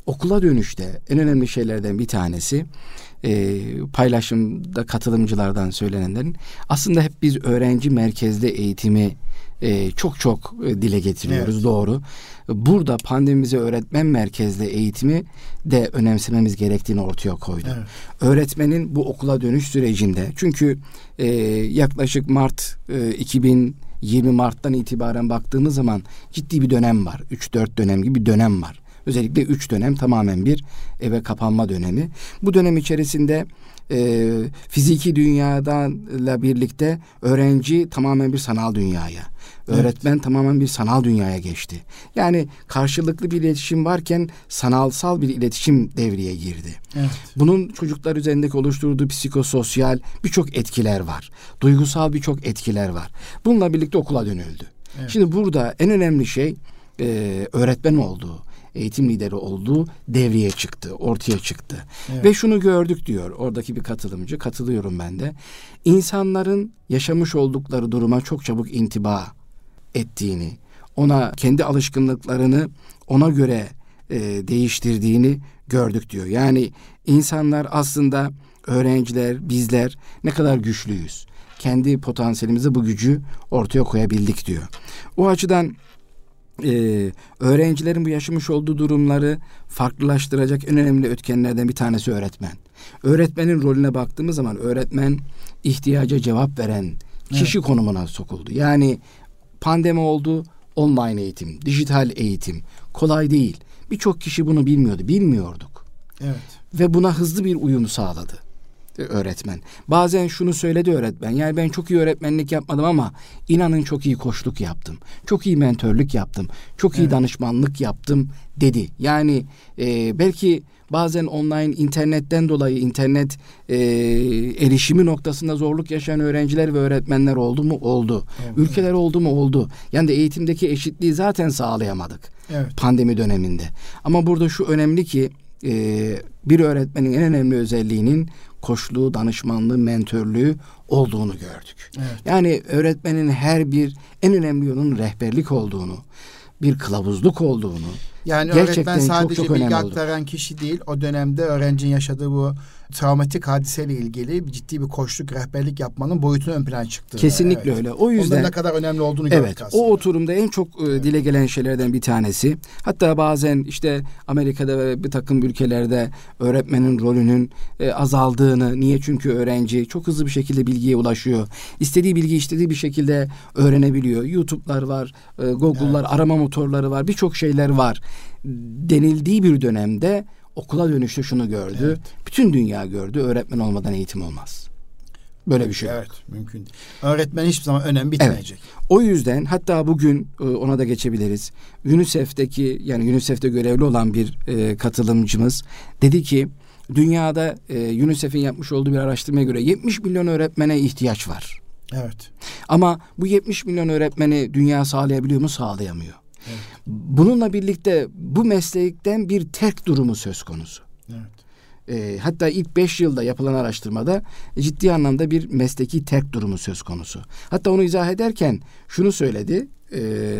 okula dönüşte en önemli şeylerden bir tanesi e, paylaşımda katılımcılardan söylenenlerin aslında hep biz öğrenci merkezli eğitimi e, çok çok e, dile getiriyoruz. Evet. Doğru. Burada pandemimize öğretmen merkezli eğitimi de önemsememiz gerektiğini ortaya koydu. Evet. Öğretmenin bu okula dönüş sürecinde çünkü e, yaklaşık Mart e, iki bin yirmi Mart'tan itibaren baktığımız zaman ciddi bir dönem var. üç dört dönem gibi bir dönem var. Özellikle üç dönem tamamen bir eve kapanma dönemi. Bu dönem içerisinde e, fiziki dünyadanla birlikte öğrenci tamamen bir sanal dünyaya, öğretmen evet. tamamen bir sanal dünyaya geçti. Yani karşılıklı bir iletişim varken sanalsal bir iletişim devreye girdi. Evet. Bunun çocuklar üzerindeki oluşturduğu psikososyal birçok etkiler var. Duygusal birçok etkiler var. Bununla birlikte okula dönüldü. Evet. Şimdi burada en önemli şey e, öğretmen olduğu, eğitim lideri olduğu devreye çıktı, ortaya çıktı. Evet. Ve şunu gördük diyor oradaki bir katılımcı, katılıyorum ben de. İnsanların yaşamış oldukları duruma çok çabuk intiba ettiğini, ona kendi alışkanlıklarını ona göre e, değiştirdiğini gördük diyor. Yani insanlar aslında öğrenciler, bizler ne kadar güçlüyüz. Kendi potansiyelimizi, bu gücü ortaya koyabildik diyor. O açıdan Ee, öğrencilerin bu yaşamış olduğu durumları farklılaştıracak en önemli etkenlerden bir tanesi öğretmen. Öğretmenin rolüne baktığımız zaman öğretmen ihtiyaca cevap veren kişi evet. konumuna sokuldu. Yani pandemi oldu, online eğitim, dijital eğitim kolay değil. Birçok kişi bunu bilmiyordu, bilmiyorduk. Evet. Ve buna hızlı bir uyum sağladı öğretmen. Bazen şunu söyledi öğretmen. Yani ben çok iyi öğretmenlik yapmadım ama inanın çok iyi koçluk yaptım. Çok iyi mentörlük yaptım. Çok iyi evet. danışmanlık yaptım dedi. Yani e, belki bazen online internetten dolayı internet e, erişimi noktasında zorluk yaşayan öğrenciler ve öğretmenler oldu mu? Oldu. Evet, Ülkeler evet. oldu mu? Oldu. Yani de eğitimdeki eşitliği zaten sağlayamadık. Evet. Pandemi döneminde. Ama burada şu önemli ki e, bir öğretmenin en önemli özelliğinin koçluğu, danışmanlığı, mentörlüğü olduğunu gördük. Evet. Yani öğretmenin her bir en önemli yolun rehberlik olduğunu, bir kılavuzluk olduğunu. Yani öğretmen sadece çok, çok bilgi aktaran kişi değil, o dönemde öğrencinin yaşadığı bu travmatik hadiseyle ilgili ciddi bir koçluk, rehberlik yapmanın boyutunu ön plana çıktı. Kesinlikle evet. öyle. O yüzden onların ne kadar önemli olduğunu gördük evet, aslında. O oturumda en çok evet. dile gelen şeylerden bir tanesi. Hatta bazen işte Amerika'da ve bir takım ülkelerde öğretmenin rolünün e, azaldığını. Niye? Çünkü öğrenci çok hızlı bir şekilde bilgiye ulaşıyor. İstediği bilgiyi istediği bir şekilde öğrenebiliyor. YouTube'lar var, e, Google'lar, evet. arama motorları var, birçok şeyler var. Denildiği bir dönemde okula dönüşte şunu gördü. Evet. Bütün dünya gördü. Öğretmen olmadan eğitim olmaz. Böyle bir şey evet, yok. Evet, mümkün. Öğretmen hiçbir zaman önem bitmeyecek. Evet. O yüzden hatta bugün ona da geçebiliriz. UNICEF'teki yani UNICEF'te görevli olan bir e, katılımcımız dedi ki dünyada e, UNICEF'in yapmış olduğu bir araştırmaya göre yetmiş milyon öğretmene ihtiyaç var. Evet. Ama bu yetmiş milyon öğretmeni dünya sağlayabiliyor mu? Sağlayamıyor. Evet. Bununla birlikte bu meslekten bir terk durumu söz konusu. Evet. E, hatta ilk beş yılda yapılan araştırmada ciddi anlamda bir mesleki terk durumu söz konusu. Hatta onu izah ederken şunu söyledi, e,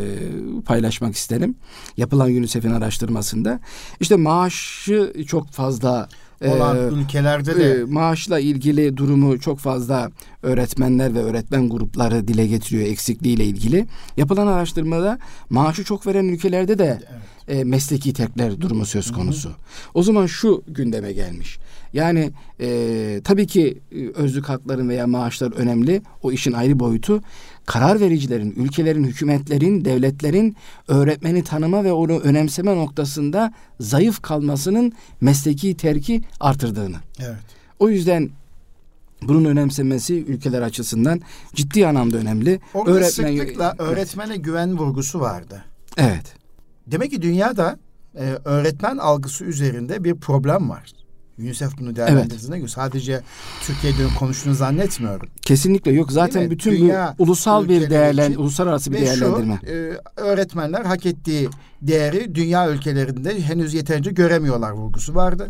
paylaşmak isterim. Yapılan UNICEF'in araştırmasında işte maaşı çok fazla olan ee, ülkelerde de e, maaşla ilgili durumu çok fazla öğretmenler ve öğretmen grupları dile getiriyor eksikliğiyle ilgili. Yapılan araştırmada maaşı çok veren ülkelerde de evet. e, mesleki terkler durumu söz konusu. Hı hı. O zaman şu gündeme gelmiş. Yani e, tabii ki e, özlük hakların veya maaşlar önemli. O işin ayrı boyutu. Karar vericilerin, ülkelerin, hükümetlerin, devletlerin öğretmeni tanıma ve onu önemseme noktasında zayıf kalmasının mesleki terki artırdığını. Evet. O yüzden bunun önemsenmesi ülkeler açısından ciddi anlamda önemli. Orada Öğretmen, sıklıkla öğretmene evet. güven vurgusu vardı. Evet. Demek ki dünyada e, öğretmen algısı üzerinde bir problem var. UNICEF bunu değerlendirdiğine evet. göre sadece Türkiye'de konuştuğunu zannetmiyorum. Kesinlikle yok. Zaten bütün Dünya bu ulusal bir değerlen, uluslararası bir değerlendirme. Şu, e, öğretmenler hak ettiği değeri dünya ülkelerinde henüz yeterince göremiyorlar vurgusu vardı.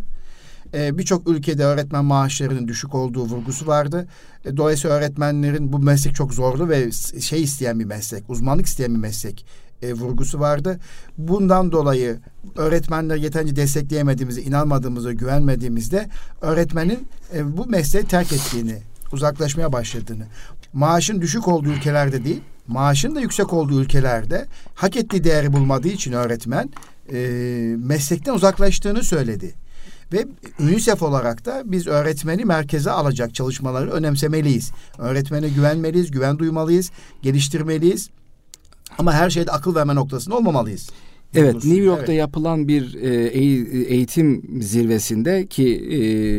E, Birçok ülkede öğretmen maaşlarının düşük olduğu vurgusu vardı. E, dolayısıyla öğretmenlerin bu meslek çok zorlu ve şey isteyen bir meslek, uzmanlık isteyen bir meslek e, vurgusu vardı. Bundan dolayı öğretmenleri yeterince destekleyemediğimizi, inanmadığımızı, güvenmediğimizde öğretmenin e, bu mesleği terk ettiğini, uzaklaşmaya başladığını, maaşın düşük olduğu ülkelerde değil, maaşın da yüksek olduğu ülkelerde hak ettiği değeri bulmadığı için öğretmen e, meslekten uzaklaştığını söyledi. Ve UNICEF olarak da biz öğretmeni merkeze alacak çalışmaları önemsemeliyiz. Öğretmene güvenmeliyiz, güven duymalıyız, geliştirmeliyiz. Ama her şeyde akıl verme noktasında olmamalıyız. Evet, New York'ta evet. yapılan bir e, eğitim zirvesinde ki e,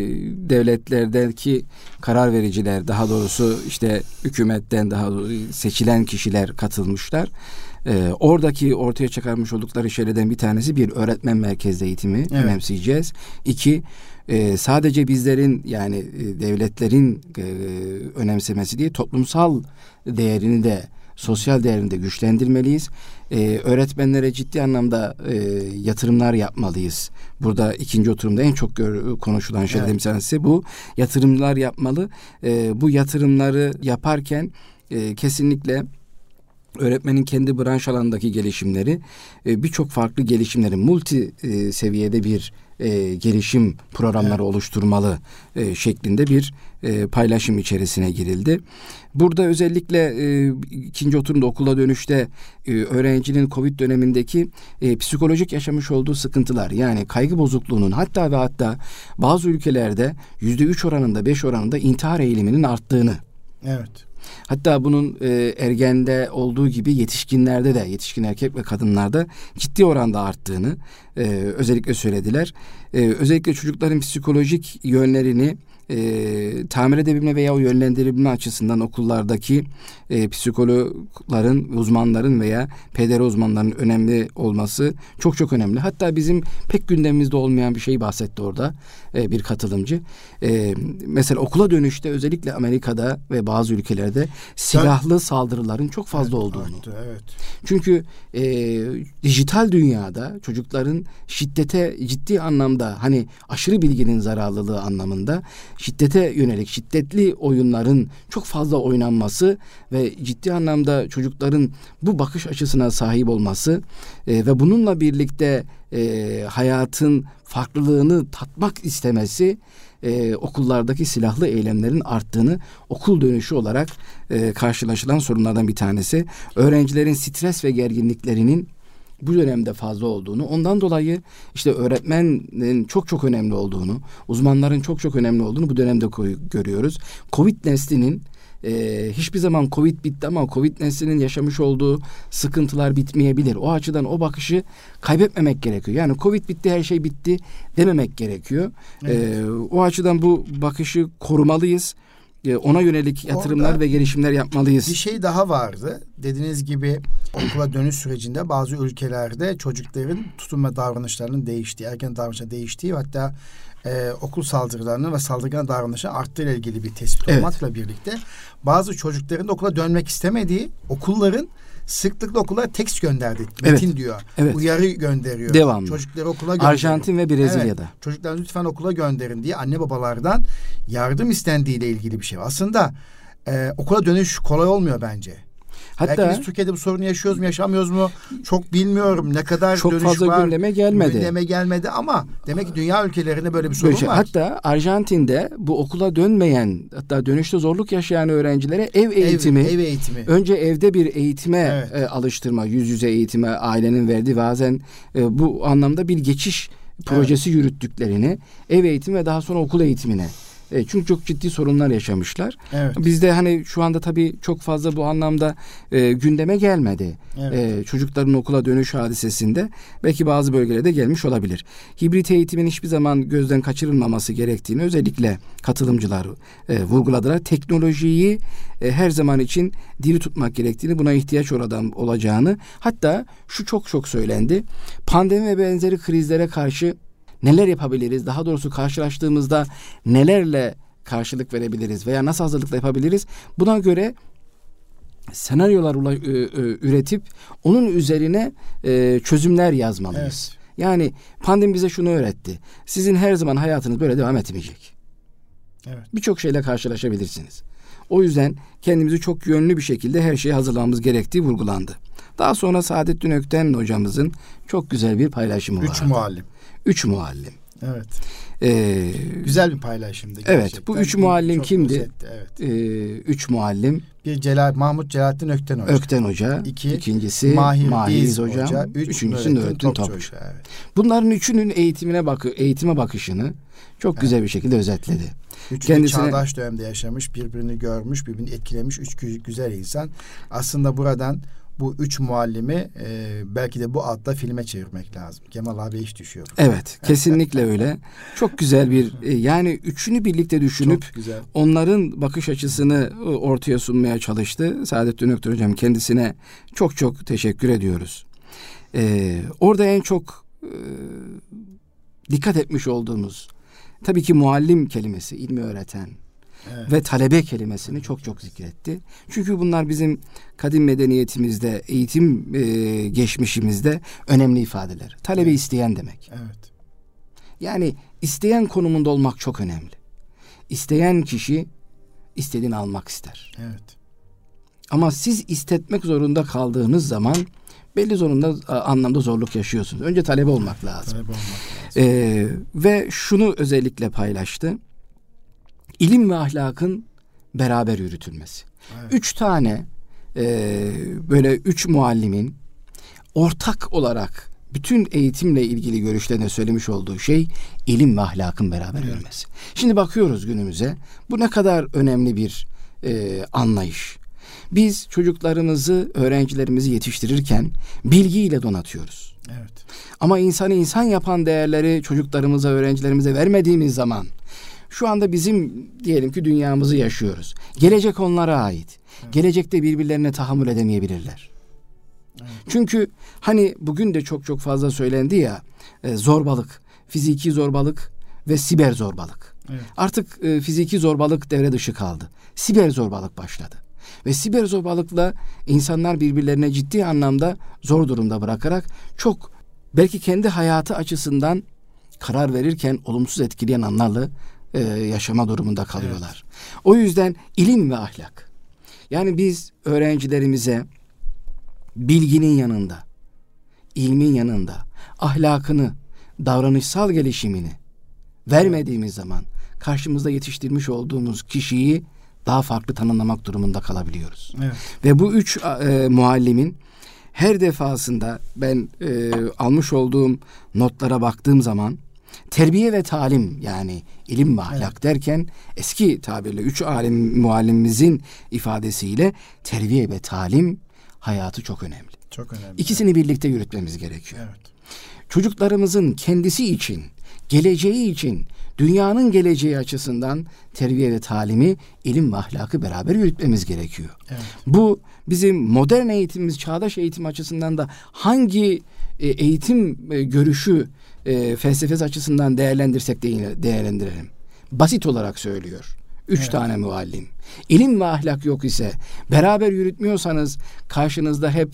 devletlerdeki karar vericiler, daha doğrusu işte hükümetten daha seçilen kişiler katılmışlar. E, oradaki ortaya çıkarmış oldukları şeylerden bir tanesi bir öğretmen merkezli eğitimi evet. önemseyeceğiz. İki, e, sadece bizlerin yani e, devletlerin e, önemsemesi değil, toplumsal değerini de sosyal değerini de güçlendirmeliyiz. Ee, öğretmenlere ciddi anlamda e, yatırımlar yapmalıyız. Burada ikinci oturumda en çok gör, konuşulan şeylerden evet. bir tanesi bu. Yatırımlar yapmalı. E, bu yatırımları yaparken e, kesinlikle öğretmenin kendi branş alanındaki gelişimleri, e, birçok farklı gelişimlerin multi e, seviyede bir e, gelişim programları evet. oluşturmalı e, şeklinde bir e, paylaşım içerisine girildi. Burada özellikle e, ikinci oturumda okula dönüşte e, öğrencinin Covid dönemindeki e, psikolojik yaşamış olduğu sıkıntılar, yani kaygı bozukluğunun hatta ve hatta bazı ülkelerde yüzde üç oranında, beş oranında intihar eğiliminin arttığını. Evet. Hatta bunun e, ergende olduğu gibi yetişkinlerde de, yetişkin erkek ve kadınlarda ciddi oranda arttığını e, özellikle söylediler. E, özellikle çocukların psikolojik yönlerini e, tamir edebilme veya o yönlendirebilme açısından okullardaki e, psikologların, uzmanların veya peder uzmanların önemli olması çok çok önemli. Hatta bizim pek gündemimizde olmayan bir şeyi bahsetti orada e, bir katılımcı. E, mesela okula dönüşte özellikle Amerika'da ve bazı ülkelerde silahlı saldırıların çok fazla evet, olduğunu. Arttı, evet. Çünkü e, dijital dünyada çocukların şiddete ciddi anlamda, hani aşırı bilginin zararlılığı anlamında şiddete yönelik şiddetli oyunların çok fazla oynanması ve ciddi anlamda çocukların bu bakış açısına sahip olması e, ve bununla birlikte e, hayatın farklılığını tatmak istemesi e, okullardaki silahlı eylemlerin arttığını, okul dönüşü olarak e, karşılaşılan sorunlardan bir tanesi. Öğrencilerin stres ve gerginliklerinin bu dönemde fazla olduğunu, ondan dolayı işte öğretmenin çok çok önemli olduğunu, uzmanların çok çok önemli olduğunu bu dönemde koy, görüyoruz. Covid neslinin e, hiçbir zaman Covid bitti ama Covid neslinin yaşamış olduğu sıkıntılar bitmeyebilir. O açıdan o bakışı kaybetmemek gerekiyor. Yani Covid bitti, her şey bitti dememek gerekiyor. Evet. E, o açıdan bu bakışı korumalıyız. Ona yönelik yatırımlar orada ve gelişimler yapmalıyız. Bir şey daha vardı. Dediğiniz gibi okula dönüş sürecinde bazı ülkelerde çocukların tutum ve davranışlarının değiştiği, erken davranışların değiştiği, hatta e, okul saldırılarının ve saldırgan davranışların arttığı ile ilgili bir tespit evet. olmakla birlikte bazı çocukların da okula dönmek istemediği, okulların sıklıkla okula tekst gönderdi. Metin evet. diyor. Evet. Uyarı gönderiyor. Devamlı. Çocukları okula gönderiyor. Arjantin ve Brezilya'da. Evet. Çocuklarınızı lütfen okula gönderin diye anne babalardan yardım istendiği ile ilgili bir şey. Aslında e, okula dönüş kolay olmuyor bence. Hatta belki biz Türkiye'de bu sorunu yaşıyoruz mu, yaşamıyoruz mu çok bilmiyorum. Ne kadar çok dönüş fazla var. gündeme gelmedi. Gündeme gelmedi ama demek ki dünya ülkelerinde böyle bir sorun böyle, var. Hatta Arjantin'de bu okula dönmeyen, hatta dönüşte zorluk yaşayan öğrencilere ev eğitimi, ev, ev eğitimi. önce evde bir eğitime evet. e, alıştırma, yüz yüze eğitime ailenin verdiği, bazen e, bu anlamda bir geçiş projesi evet. yürüttüklerini, ev eğitimi ve daha sonra okul eğitimine. E, çünkü çok ciddi sorunlar yaşamışlar. Evet. Bizde hani şu anda tabii çok fazla bu anlamda e, gündeme gelmedi. Evet. E, çocukların okula dönüş hadisesinde belki bazı bölgelerde gelmiş olabilir. Hibrit eğitimin hiçbir zaman gözden kaçırılmaması gerektiğini özellikle katılımcılar e, vurguladılar. Teknolojiyi e, her zaman için diri tutmak gerektiğini, buna ihtiyaç oradan olacağını, hatta şu çok çok söylendi. Pandemi ve benzeri krizlere karşı neler yapabiliriz? Daha doğrusu karşılaştığımızda nelerle karşılık verebiliriz veya nasıl hazırlıkla yapabiliriz? Buna göre senaryolar üretip onun üzerine çözümler yazmalıyız. Evet. Yani pandemi bize şunu öğretti. Sizin her zaman hayatınız böyle devam etmeyecek. Evet. Birçok şeyle karşılaşabilirsiniz. O yüzden kendimizi çok yönlü bir şekilde her şeye hazırlamamız gerektiği vurgulandı. Daha sonra Saadettin Ökten hocamızın çok güzel bir paylaşımı var. Üç muallim. Üç muallim. Evet. Ee, güzel bir paylaşımdı gerçekten. Evet. Bu üç muallim çok kimdi? Özetti, evet. Ee, üç muallim. Bir Celal, Mahmut Celalettin Ökten Hoca. Ökten Hoca. İki, ikincisi Mahir, Mahir İz Hocam. Hoca. Üç, üçüncüsü Nurettin Topçu. Topçu. Evet. Bunların üçünün eğitimine bakı, eğitime bakışını çok güzel evet. bir şekilde özetledi. Üçü Kendisine... çağdaş dönemde yaşamış, birbirini görmüş, birbirini etkilemiş üç güzel insan. Aslında buradan bu üç muallimi e, belki de bu adla filme çevirmek lazım. Kemal abi hiç düşüyor. Evet, kesinlikle öyle. Çok güzel bir e, yani üçünü birlikte düşünüp onların bakış açısını ortaya sunmaya çalıştı. Saadettin Ökten Hocam kendisine çok çok teşekkür ediyoruz. E, orada en çok e, dikkat etmiş olduğumuz tabii ki muallim kelimesi, ilmi öğreten. Evet. Ve talebe kelimesini çok çok zikretti. Çünkü bunlar bizim kadim medeniyetimizde, eğitim e, geçmişimizde önemli ifadeler. Talebe evet. isteyen demek. Evet. Yani isteyen konumunda olmak çok önemli. İsteyen kişi istediğini almak ister. Evet. Ama siz istetmek zorunda kaldığınız zaman belli zorunda anlamda zorluk yaşıyorsunuz. Önce talebe olmak lazım. Talebe olmak lazım. E, ve şunu özellikle paylaştı. İlim ve ahlakın beraber yürütülmesi. Evet. Üç tane e, böyle üç muallimin ortak olarak bütün eğitimle ilgili görüşlerine söylemiş olduğu şey ilim ve ahlakın beraber evet. yürümesi. Şimdi bakıyoruz günümüze. Bu ne kadar önemli bir e, anlayış. Biz çocuklarımızı, öğrencilerimizi yetiştirirken bilgiyle donatıyoruz. Evet. Ama insanı insan yapan değerleri çocuklarımıza, öğrencilerimize vermediğimiz zaman şu anda bizim diyelim ki dünyamızı yaşıyoruz. Gelecek onlara ait. Evet. Gelecekte birbirlerine tahammül edemeyebilirler. Evet. Çünkü hani bugün de çok çok fazla söylendi ya e, zorbalık, fiziki zorbalık ve siber zorbalık. Evet. Artık e, fiziki zorbalık devre dışı kaldı. Siber zorbalık başladı. Ve siber zorbalıkla insanlar birbirlerine ciddi anlamda zor durumda bırakarak çok belki kendi hayatı açısından karar verirken olumsuz etkileyen anlarla Ee, yaşama durumunda kalıyorlar. Evet. O yüzden ilim ve ahlak. Yani biz öğrencilerimize bilginin yanında, ilmin yanında ahlakını, davranışsal gelişimini vermediğimiz zaman karşımızda yetiştirmiş olduğumuz kişiyi daha farklı tanımlamak durumunda kalabiliyoruz. Evet. Ve bu üç e, muallimin her defasında ben e, almış olduğum notlara baktığım zaman terbiye ve talim yani ilim ve ahlak evet. derken eski tabirle üç alim muallimimizin ifadesiyle terbiye ve talim hayatı çok önemli. Çok önemli. İkisini evet. birlikte yürütmemiz gerekiyor. Evet. Çocuklarımızın kendisi için, geleceği için, dünyanın geleceği açısından terbiye ve talimi, ilim ve ahlakı beraber yürütmemiz gerekiyor. Evet. Bu bizim modern eğitimimiz, çağdaş eğitim açısından da hangi e, eğitim e, görüşü e, felsefesi açısından değerlendirsek de değerlendirelim. Basit olarak söylüyor. Üç evet. tane muallim. İlim ve ahlak yok ise, beraber yürütmüyorsanız karşınızda hep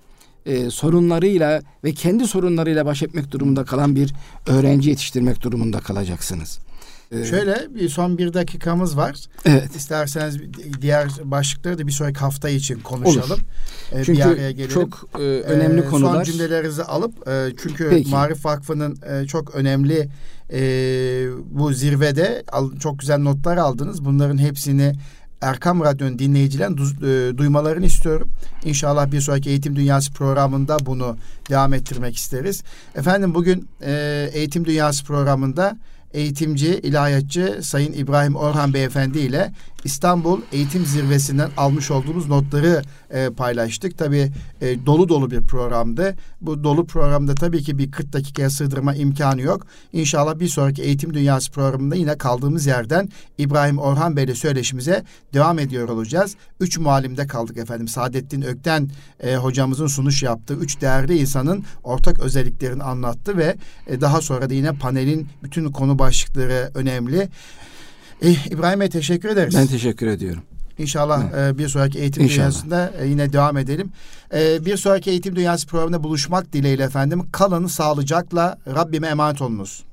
e, sorunlarıyla ve kendi sorunlarıyla baş etmek durumunda kalan bir öğrenci yetiştirmek durumunda kalacaksınız. Ee, Şöyle bir son bir dakikamız var. Evet. İsterseniz diğer başlıkları da bir sonraki hafta için konuşalım. Ee, çünkü bir araya gelelim. Çok e, önemli ee, konular. Son cümlelerinizi alıp e, çünkü Peki. Maarif Vakfı'nın e, çok önemli e, bu zirvede al, çok güzel notlar aldınız. Bunların hepsini Erkam Radyo'nun dinleyicilerin du- e, duymalarını istiyorum. İnşallah bir sonraki Eğitim Dünyası programında bunu devam ettirmek isteriz. Efendim bugün e, Eğitim Dünyası programında eğitimci, ilahiyatçı Sayın İbrahim Orhan Beyefendi ile İstanbul Eğitim Zirvesi'nden almış olduğumuz notları e, paylaştık. Tabii e, dolu dolu bir programdı. Bu dolu programda tabii ki bir kırk dakikaya sığdırma imkanı yok. İnşallah bir sonraki Eğitim Dünyası programında yine kaldığımız yerden İbrahim Orhan Bey ile söyleşimize devam ediyor olacağız. Üç muallimde kaldık efendim. Saadettin Ökten e, hocamızın sunuş yaptığı üç değerli insanın ortak özelliklerini anlattı ve e, daha sonra da yine panelin bütün konu başlıkları önemli. Eh, İbrahim Bey teşekkür ederiz. Ben teşekkür ediyorum. İnşallah e, bir sonraki Eğitim İnşallah. Dünyası'nda e, yine devam edelim. E, bir sonraki Eğitim Dünyası programında buluşmak dileğiyle efendim. Kalın sağlıcakla, Rabbime emanet olunuz.